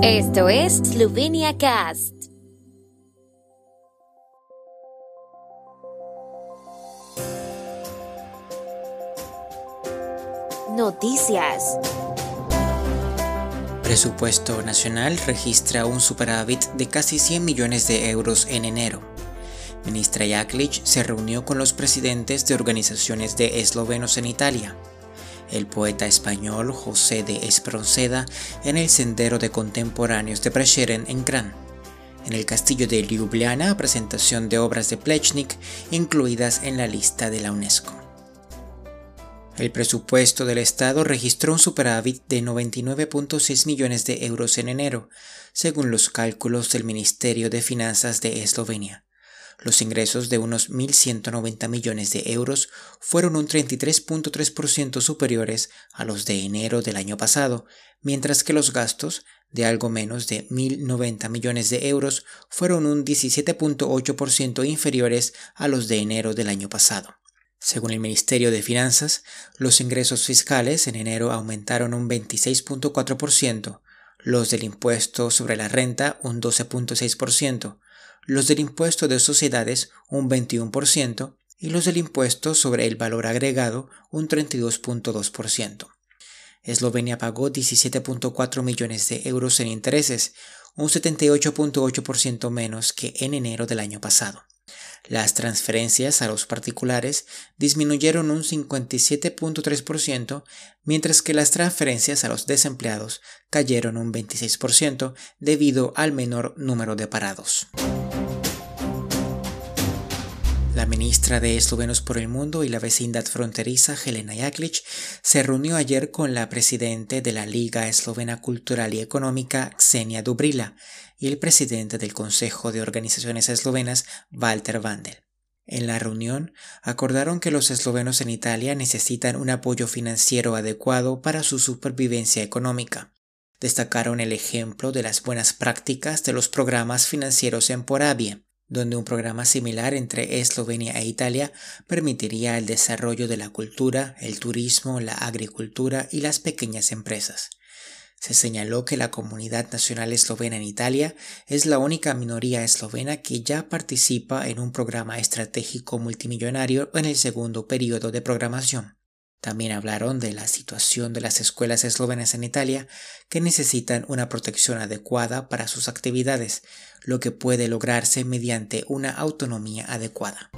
Esto es Slovenia Cast. Noticias. Presupuesto nacional registra un superávit de casi 100 millones de euros en enero. Ministra Jaklič se reunió con los presidentes de organizaciones de eslovenos en Italia. El poeta español José de Espronceda en el Sendero de Contemporáneos de Prešeren en Kranj. En el castillo de Ljubljana, presentación de obras de Plečnik incluidas en la lista de la UNESCO. El presupuesto del Estado registró un superávit de 99.6 millones de euros en enero, según los cálculos del Ministerio de Finanzas de Eslovenia. Los ingresos de unos 1.190 millones de euros fueron un 33.3% superiores a los de enero del año pasado, mientras que los gastos, de algo menos de 1.090 millones de euros, fueron un 17.8% inferiores a los de enero del año pasado. Según el Ministerio de Finanzas, los ingresos fiscales en enero aumentaron un 26.4%, los del impuesto sobre la renta un 12.6%, los del impuesto de sociedades un 21% y los del impuesto sobre el valor agregado un 32.2%. Eslovenia pagó 17.4 millones de euros en intereses, un 78.8% menos que en enero del año pasado. Las transferencias a los particulares disminuyeron un 57.3%, mientras que las transferencias a los desempleados cayeron un 26% debido al menor número de parados. La ministra de Eslovenos por el Mundo y la vecindad fronteriza, Helena Jaklič, se reunió ayer con la presidenta de la Liga Eslovena Cultural y Económica, Ksenia Dobrila, y el presidente del Consejo de Organizaciones Eslovenas, Walter Vandel. En la reunión, acordaron que los eslovenos en Italia necesitan un apoyo financiero adecuado para su supervivencia económica. Destacaron el ejemplo de las buenas prácticas de los programas financieros en Porabie, donde un programa similar entre Eslovenia e Italia permitiría el desarrollo de la cultura, el turismo, la agricultura y las pequeñas empresas. Se señaló que la comunidad nacional eslovena en Italia es la única minoría eslovena que ya participa en un programa estratégico multimillonario en el segundo periodo de programación. También hablaron de la situación de las escuelas eslovenas en Italia, que necesitan una protección adecuada para sus actividades, lo que puede lograrse mediante una autonomía adecuada.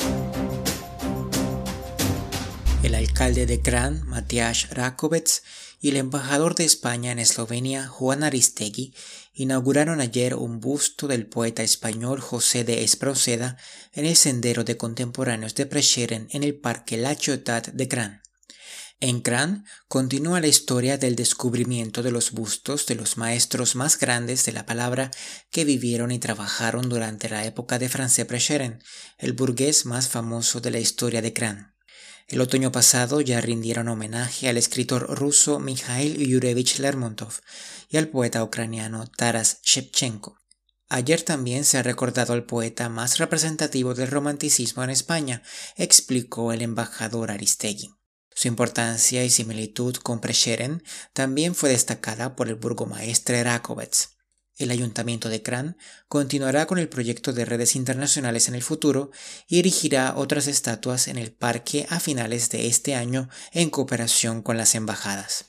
El alcalde de Kranj, Matjaž Rakovec, y el embajador de España en Eslovenia, Juan Aristegui, inauguraron ayer un busto del poeta español José de Espronceda en el Sendero de Contemporáneos de Prešeren en el Parque La Ciutat de Kranj. En Kranj continúa la historia del descubrimiento de los bustos de los maestros más grandes de la palabra que vivieron y trabajaron durante la época de Franz Prešeren, el burgués más famoso de la historia de Kranj. El otoño pasado ya rindieron homenaje al escritor ruso Mikhail Yurevich Lermontov y al poeta ucraniano Taras Shevchenko. Ayer también se ha recordado al poeta más representativo del romanticismo en España, explicó el embajador Aristegui. Su importancia y similitud con Prešeren también fue destacada por el burgomaestre Rakovec. El ayuntamiento de Kranj continuará con el proyecto de redes internacionales en el futuro y erigirá otras estatuas en el parque a finales de este año en cooperación con las embajadas.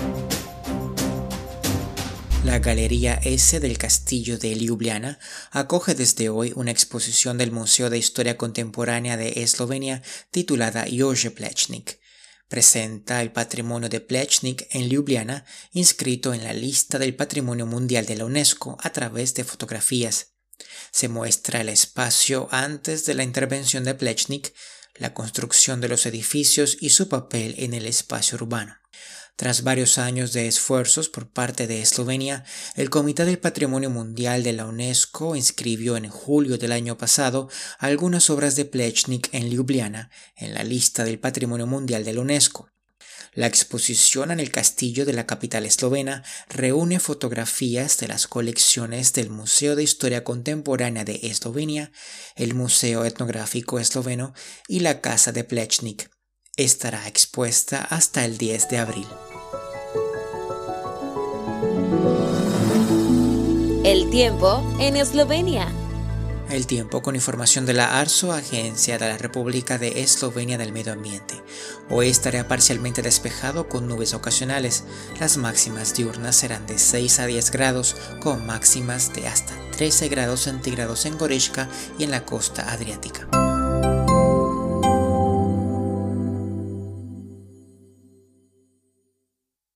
La Galería S del Castillo de Ljubljana acoge desde hoy una exposición del Museo de Historia Contemporánea de Eslovenia titulada Jože Plečnik. Presenta el patrimonio de Plečnik en Ljubljana, inscrito en la lista del Patrimonio Mundial de la UNESCO a través de fotografías. Se muestra el espacio antes de la intervención de Plečnik, la construcción de los edificios y su papel en el espacio urbano. Tras varios años de esfuerzos por parte de Eslovenia, el Comité del Patrimonio Mundial de la UNESCO inscribió en julio del año pasado algunas obras de Plečnik en Ljubljana en la lista del Patrimonio Mundial de la UNESCO. La exposición en el castillo de la capital eslovena reúne fotografías de las colecciones del Museo de Historia Contemporánea de Eslovenia, el Museo Etnográfico Esloveno y la Casa de Plečnik. Estará expuesta hasta el 10 de abril. El tiempo en Eslovenia. El tiempo con información de la ARSO, Agencia de la República de Eslovenia del Medio Ambiente. Hoy estará parcialmente despejado con nubes ocasionales. Las máximas diurnas serán de 6 a 10 grados, con máximas de hasta 13 grados centígrados en Gorička y en la costa adriática.